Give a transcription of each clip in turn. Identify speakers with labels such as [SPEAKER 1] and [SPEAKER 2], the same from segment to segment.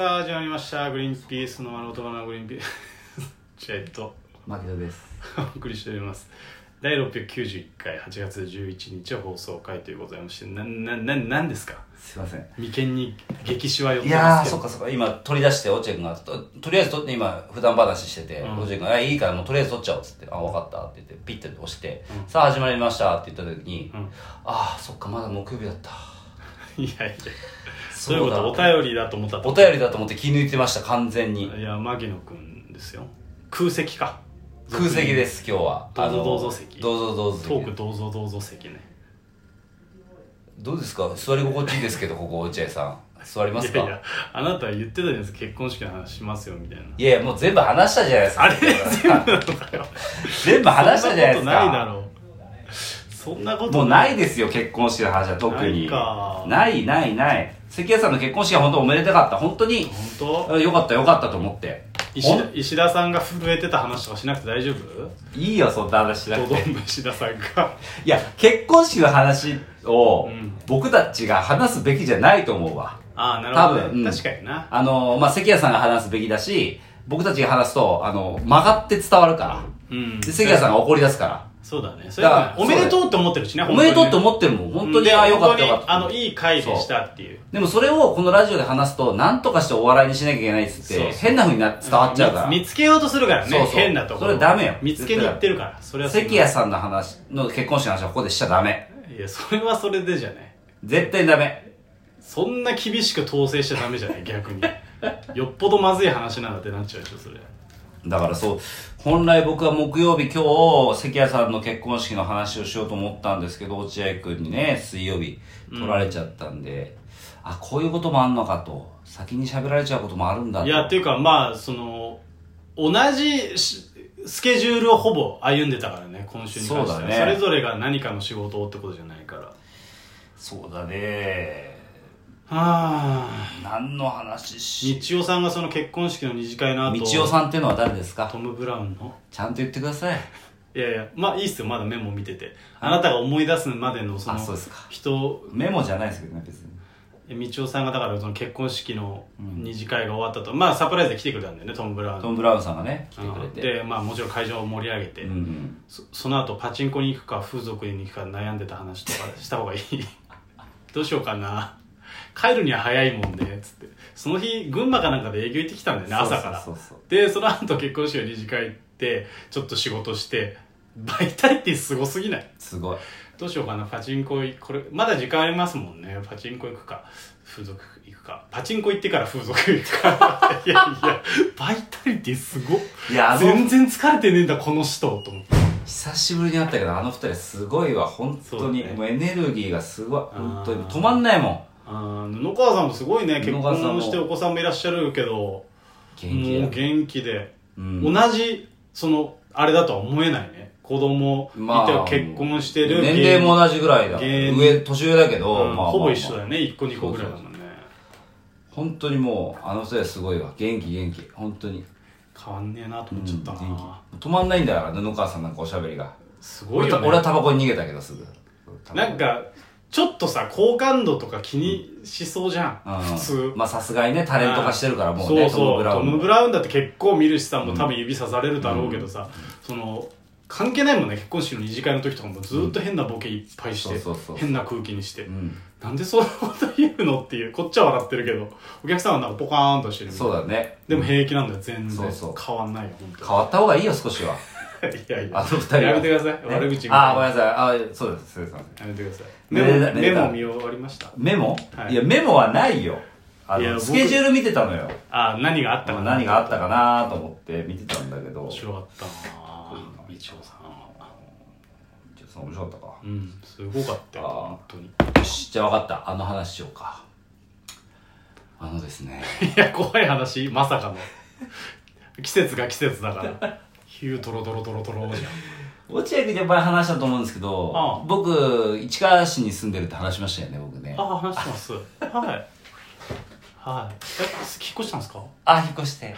[SPEAKER 1] さあ始まりましたグリーンピースの丸言葉のグリーンピース
[SPEAKER 2] 牧田です
[SPEAKER 1] お送りしております第691回8月11日放送回というございまして何ですか。
[SPEAKER 2] すいません、
[SPEAKER 1] 眉間に激しわ寄って
[SPEAKER 2] い
[SPEAKER 1] ますけど。
[SPEAKER 2] やーそっか今取り出して落合君がとりあえず取って今普段話してて、落合君がいいからもうとりあえず取っちゃおうっつって分かったって言ってピッて押して、さあ始まりましたって言った時に、ああそっかまだ木曜日だった。
[SPEAKER 1] いやそういうことお便りだと思った
[SPEAKER 2] お便りだと思って気抜いてました完全に。
[SPEAKER 1] いや牧野くんですよ。空席か。
[SPEAKER 2] 空席です今日は。
[SPEAKER 1] どうぞ席。
[SPEAKER 2] どうぞ席。
[SPEAKER 1] トークどうぞ席ね。
[SPEAKER 2] どうですか座り心地いいですけどここ落合さん座りますか。
[SPEAKER 1] いやあなたは言ってたじゃないですか結婚式の話しますよみたいな。
[SPEAKER 2] いやもう全部話したじゃないですか。
[SPEAKER 1] あれ全部なのかよ。
[SPEAKER 2] 全部話したじゃないですか。
[SPEAKER 1] そんなことないだろう。そんなこと
[SPEAKER 2] もうないですよ結婚式の話は特にない関谷さんの結婚式は本当おめでたかった。本当に
[SPEAKER 1] 本当
[SPEAKER 2] よかったと思って。
[SPEAKER 1] 石田さんが震えてた話とかしなくて大丈夫？
[SPEAKER 2] いいよそんな話しなくて。
[SPEAKER 1] 石田さんが
[SPEAKER 2] いや結婚式の話を僕たちが話すべきじゃないと思うわ。
[SPEAKER 1] ああなるほど、ね、
[SPEAKER 2] 多分、
[SPEAKER 1] 確かにな。
[SPEAKER 2] 関谷さんが話すべきだし僕たちが話すと曲がって伝わるから、で関谷さんが怒り出すから。
[SPEAKER 1] そうだね。それはおめでとうって思ってるしね。
[SPEAKER 2] おめでとうって思ってるもん本当に。ああよかった
[SPEAKER 1] いい回でしたっていう。
[SPEAKER 2] でもそれをこのラジオで話すと何とかしてお笑いにしなきゃいけないっつって変な風に伝わっちゃうから。
[SPEAKER 1] 見つけようとするからね。
[SPEAKER 2] そう
[SPEAKER 1] 変なところ
[SPEAKER 2] それダメよ。
[SPEAKER 1] 見つけに行ってるから。それは
[SPEAKER 2] 関谷さんの話の結婚式の話はここでしちゃダメ。
[SPEAKER 1] いやそれはそれでじゃね。
[SPEAKER 2] 絶対ダメ。
[SPEAKER 1] そんな厳しく統制しちゃダメじゃない逆に。よっぽどまずい話なんだってなっちゃうでしょそれ。
[SPEAKER 2] だからそう本来僕は木曜日今日関谷さんの結婚式の話をしようと思ったんですけど落合君にね水曜日取られちゃったんで、あこういうこともあんのかと先に喋られちゃうこともあるんだと。
[SPEAKER 1] いやっていうかまあ同じスケジュールをほぼ歩んでたからね今週に関しては。
[SPEAKER 2] そうだね。
[SPEAKER 1] それぞれが何かの仕事をってことじゃないから。
[SPEAKER 2] そうだね。
[SPEAKER 1] は
[SPEAKER 2] 何の話し。
[SPEAKER 1] 道夫さんがその結婚式の二次会の後。
[SPEAKER 2] 道夫さんっていうのは誰ですか。
[SPEAKER 1] トム・ブラウンの。
[SPEAKER 2] ちゃんと言ってください。
[SPEAKER 1] いやまあいいっすよまだメモ見てて、あなたが思い出すまでの
[SPEAKER 2] そうですか。
[SPEAKER 1] 人
[SPEAKER 2] メモじゃないですけどね別
[SPEAKER 1] に。道夫さんがだからその結婚式の二次会が終わったと、まあサプライズで来てくれたんだよねトム・ブラウン
[SPEAKER 2] さんがね来てくれて、
[SPEAKER 1] でまあもちろん会場を盛り上げて、その後パチンコに行くか風俗に行くか悩んでた話とかした方がいいどうしようかな帰るには早いもんねつって、その日群馬かなんかで営業行ってきたんだよね朝から。でその後結婚式の二次会行ってちょっと仕事してバイタリティすごすぎない？
[SPEAKER 2] すごい。
[SPEAKER 1] どうしようかな。パチンコこれまだ時間ありますもんね。パチンコ行くか風俗行くか。パチンコ行ってから風俗行くかいやバイタリティすごっ。いや全然疲れてねえんだこの人と思って。
[SPEAKER 2] 久しぶりに会ったけどあの二人すごいわ本当に、ね、もうエネルギーがすごい本当に止まんないもん。
[SPEAKER 1] 布川さんもすごいね。結婚してお子さんもいらっしゃるけど元気で、同じあれだとは思えないね。子供いて結婚してる
[SPEAKER 2] 年齢も同じぐらいだ。年上だけど、
[SPEAKER 1] ほぼ一緒だよね。1個2個ぐらいだもんね。
[SPEAKER 2] 本当にもうあの人はすごいわ。元気本当に
[SPEAKER 1] 変わんねえなと思っちゃったな。
[SPEAKER 2] 止まんないんだから布川さんなんかおしゃべりが
[SPEAKER 1] すごいよね。
[SPEAKER 2] 俺はタバコに逃げたけどすぐ
[SPEAKER 1] なんかちょっとさ好感度とか気にしそうじゃん、普通。
[SPEAKER 2] まあさすがにねタレント化してるからもうね。
[SPEAKER 1] そうトム・ブラウンだって結構見るしさ、もう多分指さされるだろうけどさ、関係ないもんね。結婚式の二次会の時とかもずっと変なボケいっぱいして、変な空気にして、なんでそんなこと言うのっていう。こっちは笑ってるけどお客さんはなんかポカーンとしてるみたいな。
[SPEAKER 2] そうだね。
[SPEAKER 1] でも平気なんだよ全然。変わんないよ本当。
[SPEAKER 2] 変わった方がいいよ少しは。
[SPEAKER 1] いや
[SPEAKER 2] あの二人は
[SPEAKER 1] やめてください、悪口みたいな。
[SPEAKER 2] ごめんなさい。そうですや
[SPEAKER 1] めてください。メモ見終わりました。
[SPEAKER 2] メモ？いやメモはないよ。スケジュール見てたのよ。
[SPEAKER 1] 何があったか
[SPEAKER 2] な何があったかなと思って見てたんだけど。
[SPEAKER 1] 面白かったな道夫さん。
[SPEAKER 2] 面白かったか。
[SPEAKER 1] すごかったよ本当に。
[SPEAKER 2] よしじゃあ分かった。話しようか。ですね
[SPEAKER 1] いや怖い話まさかの季節が季節だからヒュートロトロトロトロじゃん。
[SPEAKER 2] 落合君やっぱり話したと思うんですけど、僕市川市に住んでるって話しましたよね僕ね。
[SPEAKER 1] 話してますはい引っ越したんですか？
[SPEAKER 2] 引っ越して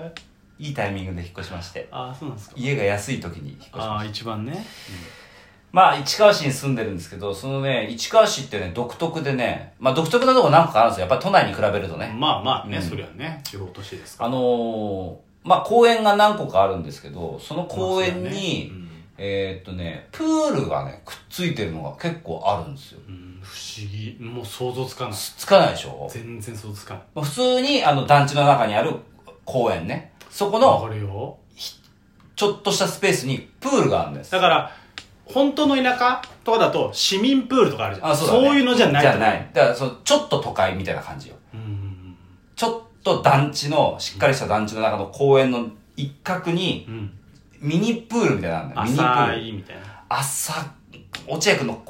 [SPEAKER 2] いいタイミングで引っ越しまして。
[SPEAKER 1] そうなんですか。
[SPEAKER 2] 家が安い時に引っ越しました。
[SPEAKER 1] 一番ね、
[SPEAKER 2] まあ、市川市に住んでるんですけど、そのね、市川市ってね、独特でね、まあ独特なとこ何個かあるんですよ。やっぱり都内に比べるとね。
[SPEAKER 1] まあまあね、そりゃね、地方都市ですから。
[SPEAKER 2] まあ公園が何個かあるんですけど、その公園に、プールがね、くっついてるのが結構あるんですよ。
[SPEAKER 1] 不思議。もう想像つかない。
[SPEAKER 2] つかないでしょ？
[SPEAKER 1] 全然想像つかない。
[SPEAKER 2] まあ、普通に団地の中にある公園ね。そこの、ちょっとしたスペースにプールがあるんです。
[SPEAKER 1] だから、本当の田舎とかだと市民プールとかあるじゃん。そういうのじゃない。
[SPEAKER 2] じゃない。だからちょっと都会みたいな感じよ。ちょっと団地の、しっかりした団地の中の公園の一角に、ミニプールみたいなのあるんだよ。ミニプール。
[SPEAKER 1] 浅いみたいな。
[SPEAKER 2] 落合くんの、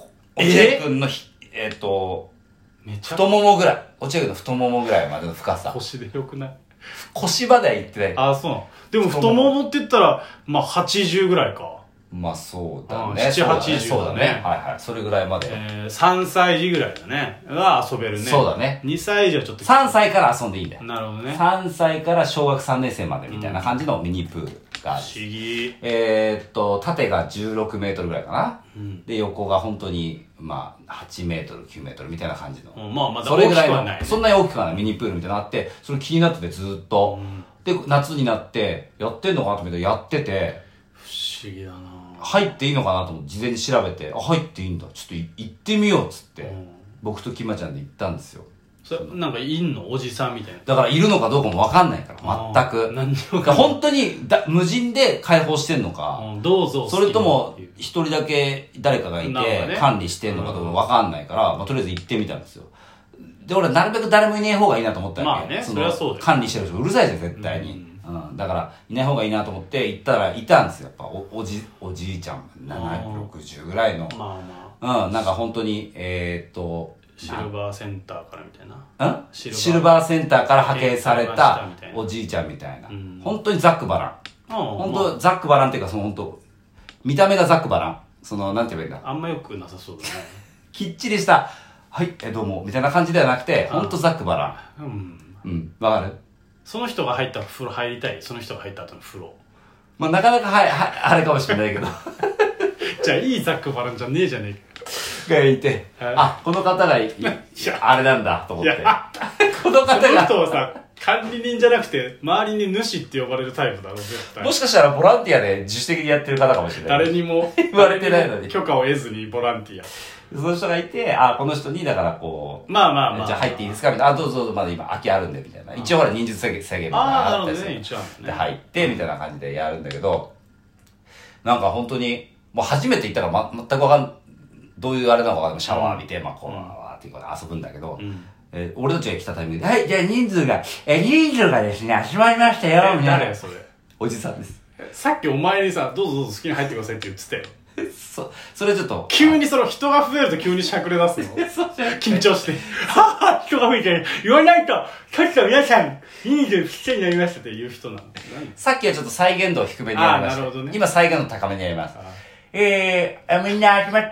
[SPEAKER 2] 太ももぐらい。落合くんの太ももぐらいまでの深さ。
[SPEAKER 1] 腰でよくない？
[SPEAKER 2] 腰までは行ってない。
[SPEAKER 1] あ、そう。でも太ももって言ったら、まあ80ぐらいか。
[SPEAKER 2] まあそうだね。
[SPEAKER 1] 7、80
[SPEAKER 2] そうだね。はいはい。それぐらいまで。
[SPEAKER 1] 3歳児ぐらいだね。が遊べるね。
[SPEAKER 2] そうだね。
[SPEAKER 1] 2歳児はちょっと。
[SPEAKER 2] 3歳から遊んでいいんだよ。
[SPEAKER 1] なるほどね。
[SPEAKER 2] 3歳から小学3年生までみたいな感じのミニプールがある。
[SPEAKER 1] 不思議。
[SPEAKER 2] 縦が16メートルぐらいかな。で、横が本当に、まあ、8メートル、9メートルみたいな感じの。
[SPEAKER 1] まあまだ大きくはない。
[SPEAKER 2] そんなに大きくはないミニプールみたいなのがあって、それ気になっててずっと。で、夏になって、やってんのかなと思ってやってて。
[SPEAKER 1] 不思議だな。
[SPEAKER 2] 入っていいのかなと思って事前に調べて、あ、入っていいんだ。ちょっと行ってみようっつって、僕ときまちゃんで行ったんですよ。
[SPEAKER 1] それなんかいんのおじさんみたいな。
[SPEAKER 2] だからいるのかどうかもわかんないから、全く。
[SPEAKER 1] 何にも
[SPEAKER 2] 本当に無人で開放してんのか、
[SPEAKER 1] どうぞ。
[SPEAKER 2] それとも一人だけ誰かがいて管理してんのかどうかわかんないから、まあ、とりあえず行ってみたんですよ。で、俺なるべく誰もいねえ方がいいなと思ったわけ。
[SPEAKER 1] まあね、それはそうだよ。
[SPEAKER 2] 管理してる人うるさいじゃん、絶対に。だから、いない方がいいなと思って行ったらいたんですよ。やっぱおじいちゃん、60ぐらいの。
[SPEAKER 1] まあま
[SPEAKER 2] あ。なんか本当に、
[SPEAKER 1] シルバーセンターからみたいな。
[SPEAKER 2] シルバーセンターから派遣されたおじいちゃんみたいな。本当にザックバラン。本当ザックバランっていうか、その本当、見た目がザックバラン。その、なんて言えばいいんだ。
[SPEAKER 1] あんまよくなさそうだね。
[SPEAKER 2] きっちりした、はい、どうも、みたいな感じではなくて、本当ザックバラン。わかる？
[SPEAKER 1] その人が入った風呂入りたい。その人が入った後の風呂。
[SPEAKER 2] まあなかなかあれかもしれないけど。
[SPEAKER 1] じゃあいいザックバランじゃねえじゃね
[SPEAKER 2] えか。がいて、あ、この方があれなんだと思って。この方が。
[SPEAKER 1] その人はさ、管理人じゃなくて、周りに主って呼ばれるタイプだろ、絶対。
[SPEAKER 2] もしかしたらボランティアで自主的にやってる方かもしれない。
[SPEAKER 1] 誰にも
[SPEAKER 2] 言われてないのに。
[SPEAKER 1] 許可を得ずにボランティア。
[SPEAKER 2] その人がいて、あ、この人に、だからこう。
[SPEAKER 1] まあまあまあ。
[SPEAKER 2] じゃあ入っていいですかみたいな。あ、どうぞどうぞ、まだ今空きあるんで、みたいな。一応ほら人数制限みたいなのがあったりする。
[SPEAKER 1] 一応あるね。
[SPEAKER 2] で、入って、みたいな感じでやるんだけど、なんか本当に、もう初めて行ったから全くわかん、どういうあれなのかわかんない。シャワー浴びて、まあこう、わーって遊ぶんだけど、俺たちが来たタイミングで、はい、じゃあ人数がですね、集まりましたよ、みたいな。
[SPEAKER 1] 誰それ？
[SPEAKER 2] おじさんです。さ
[SPEAKER 1] っきお前にさ、どうぞどうぞ好きに入ってくださいって言ってたよ。
[SPEAKER 2] それちょっと。
[SPEAKER 1] 急に人が増えると急にしゃくれ出すの緊張して。はぁ、人が増えて、言わないと、さっき皆さん、人数ぴったりになりましたって言う人なんだ。
[SPEAKER 2] さっきはちょっと再現度を低めにやりました。なるほどね。今再現度高めにやります。みんな集まって、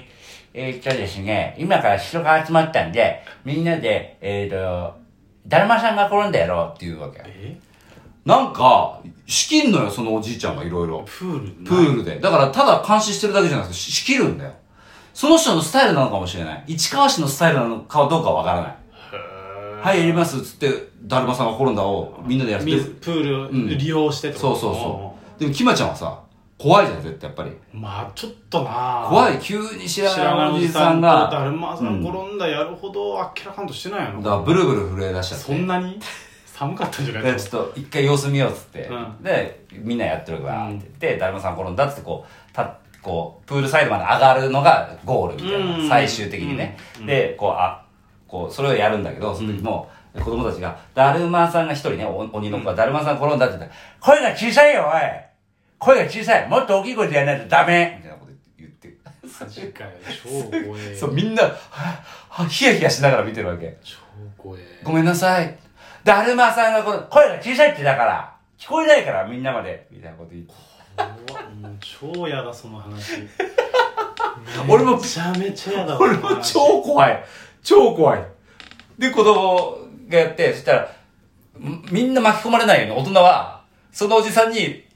[SPEAKER 2] ですね、今から人が集まったんで、みんなで、だるまさんが転んだやろっていうわけ。なんか、仕切んのよ、そのおじいちゃんがいろいろ。
[SPEAKER 1] プー
[SPEAKER 2] ルで。だから、ただ監視してるだけじゃなくて、仕切るんだよ。その人のスタイルなのかもしれない。市川市のスタイルなのかどうかわからない。はい、やります、つって、だるまさんが転んだをみんなでやって。
[SPEAKER 1] プール利用してって
[SPEAKER 2] こと？そう。でも、きまちゃんはさ、怖いじゃん、絶対やっぱり。
[SPEAKER 1] まあ、ちょっとな
[SPEAKER 2] 怖い、急に知らないおじさんが。
[SPEAKER 1] だるまさん転んだやるほどあっけらかんとしてないの。
[SPEAKER 2] だから、ブルブル震え出しちゃって。
[SPEAKER 1] そんなに寒かったんじゃない
[SPEAKER 2] で、ちょっと一回様子見ようっつって。で、みんなやってるわーって言って、だるまさん転んだっつってこう、プールサイドまで上がるのがゴールみたいな。最終的にね。で、それをやるんだけど、その時も、子供たちが、だるまさんが一人ね、鬼の子がだるまさん転んだって言ったら、声が小さいよ、おい！声が小さい！もっと大きい声でやらないとダメ！みたいなこと言って。
[SPEAKER 1] マジかよ、超怖え。
[SPEAKER 2] そう、みんな、ヒヤヒヤしながら見てるわけ。
[SPEAKER 1] 超怖え。
[SPEAKER 2] ごめんなさい。だるまさんが声が小さいってだから、聞こえないからみんなまで、みたいなこと言って。
[SPEAKER 1] もう超嫌だ、その話。
[SPEAKER 2] 俺も
[SPEAKER 1] めちゃめちゃ嫌だわ。
[SPEAKER 2] 俺も超怖い。超怖い。で、子供がやって、そしたら、みんな巻き込まれないように大人は、そのおじさんに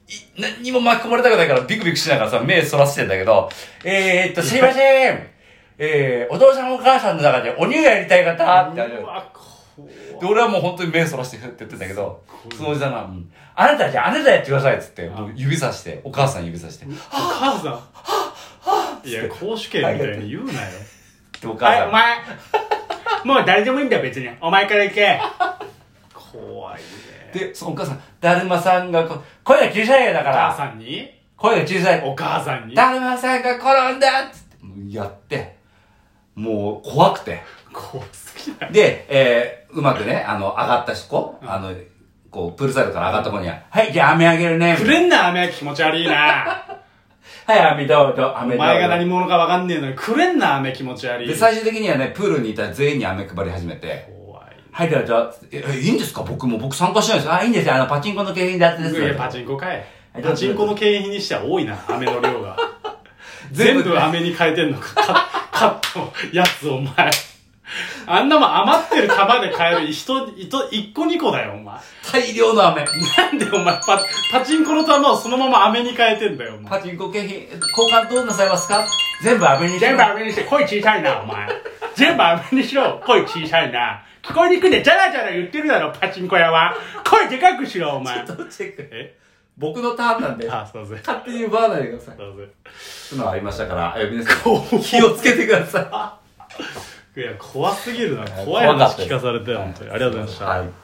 [SPEAKER 2] 何にも巻き込まれたくないからビクビクしながらさ、目そらしてんだけど、すいません。お父さんお母さんの中で鬼がやりたい方って言われる。で、俺はもう本当に目そらしてふって言ってんだけど、そのおじさんが、あなたやってくださいっつって、もう指さして、お母さん指さして、
[SPEAKER 1] お母さんいや、公主権みたいに言うなよ。
[SPEAKER 2] で、お母さん。
[SPEAKER 1] お前、もう誰でもいいんだよ、別に。お前から行け。怖いね。
[SPEAKER 2] で、そのお母さん、だるまさんが声が小さいよだから。
[SPEAKER 1] お母さんに
[SPEAKER 2] 声が小さい。
[SPEAKER 1] お母さんに
[SPEAKER 2] だるまさんが転んだっつって、やって、もう怖くて。
[SPEAKER 1] 怖すぎない。
[SPEAKER 2] で、うまくね、上がった子、こう、プールサイドから上がった子には、はい、じゃあ飴あげるね。
[SPEAKER 1] くれんな、飴気持ち悪いな。
[SPEAKER 2] はい、飴どうぞ、飴どうぞ。
[SPEAKER 1] お前が何者かわかんねえのに、くれんな、飴気持ち悪い。
[SPEAKER 2] で、最終的にはね、プールにいた全員に飴配り始めて、
[SPEAKER 1] 怖い。
[SPEAKER 2] はい、どうぞ。いいんですか僕参加しないです。いいんですよ。パチンコの景品だってですよ。
[SPEAKER 1] いや、パチンコかい。パチンコの景品にしては多いな、飴の量が。全部飴に変えてんのか、カットのやつ、お前。あんなもん余ってる玉で買える1個2個だよ、お前。
[SPEAKER 2] 大量の飴。
[SPEAKER 1] なんでお前パチンコの玉をそのまま飴に変えてんだよ、お前。
[SPEAKER 2] パチンコ景品、交換どうなさいますか全部飴にして。
[SPEAKER 1] 全部飴にして、声小さいな、お前。全部飴にしろ、声小さいな。聞こえにくいで、ジャラジャラ言ってるだろ、パチンコ屋は。声でかくしろ、お前。
[SPEAKER 2] ちょっとチェック。僕のターンなんで。
[SPEAKER 1] あ、そうぜ。
[SPEAKER 2] 勝手に奪わないでください。
[SPEAKER 1] そうぜ。
[SPEAKER 2] そういうのがありましたから、皆さん、気をつけてください。
[SPEAKER 1] いや、怖すぎるな。怖い話聞かされて、本当に。ありがとうございました。
[SPEAKER 2] はい。